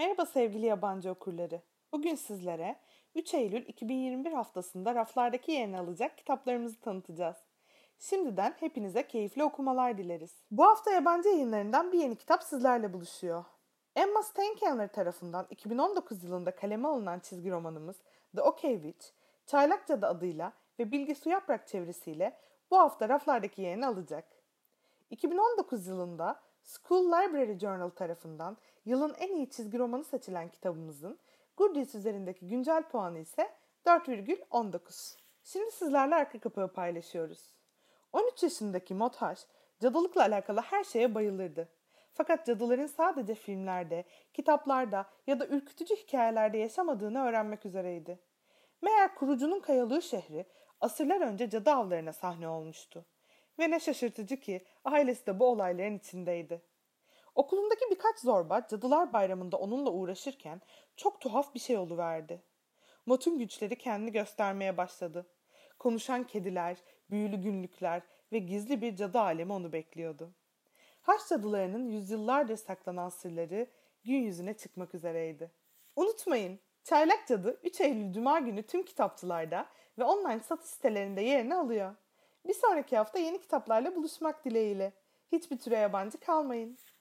Merhaba sevgili yabancı okurları. Bugün sizlere 3 Eylül 2021 haftasında raflardaki yerini alacak kitaplarımızı tanıtacağız. Şimdiden hepinize keyifli okumalar dileriz. Bu hafta yabancı yayınlarından bir yeni kitap sizlerle buluşuyor. Emma Steinkenner tarafından 2019 yılında kaleme alınan çizgi romanımız The OK Witch, Çaylak Cadı adıyla ve Bilge Su Yaprak çevirisiyle bu hafta raflardaki yerini alacak. 2019 yılında School Library Journal tarafından yılın en iyi çizgi romanı seçilen kitabımızın Goodreads üzerindeki güncel puanı ise 4,19. Şimdi sizlerle arka kapağı paylaşıyoruz. 13 yaşındaki Motaş, cadılıkla alakalı her şeye bayılırdı. Fakat cadıların sadece filmlerde, kitaplarda ya da ürkütücü hikayelerde yaşamadığını öğrenmek üzereydi. Meğer kurucunun kayalığı şehri asırlar önce cadı avlarına sahne olmuştu. Ve ne şaşırtıcı ki ailesi de bu olayların içindeydi. Okulundaki birkaç zorba Cadılar Bayramı'nda onunla uğraşırken çok tuhaf bir şey oluverdi. Mot'un güçleri kendini göstermeye başladı. Konuşan kediler, büyülü günlükler ve gizli bir cadı alemi onu bekliyordu. Haç cadılarının yüzyıllardır saklanan sırları gün yüzüne çıkmak üzereydi. Unutmayın, Çaylak Cadı 3 Eylül Cuma günü tüm kitapçılarda ve online satış sitelerinde yerini alıyor. Bir sonraki hafta yeni kitaplarla buluşmak dileğiyle. Hiçbir türe yabancı kalmayın.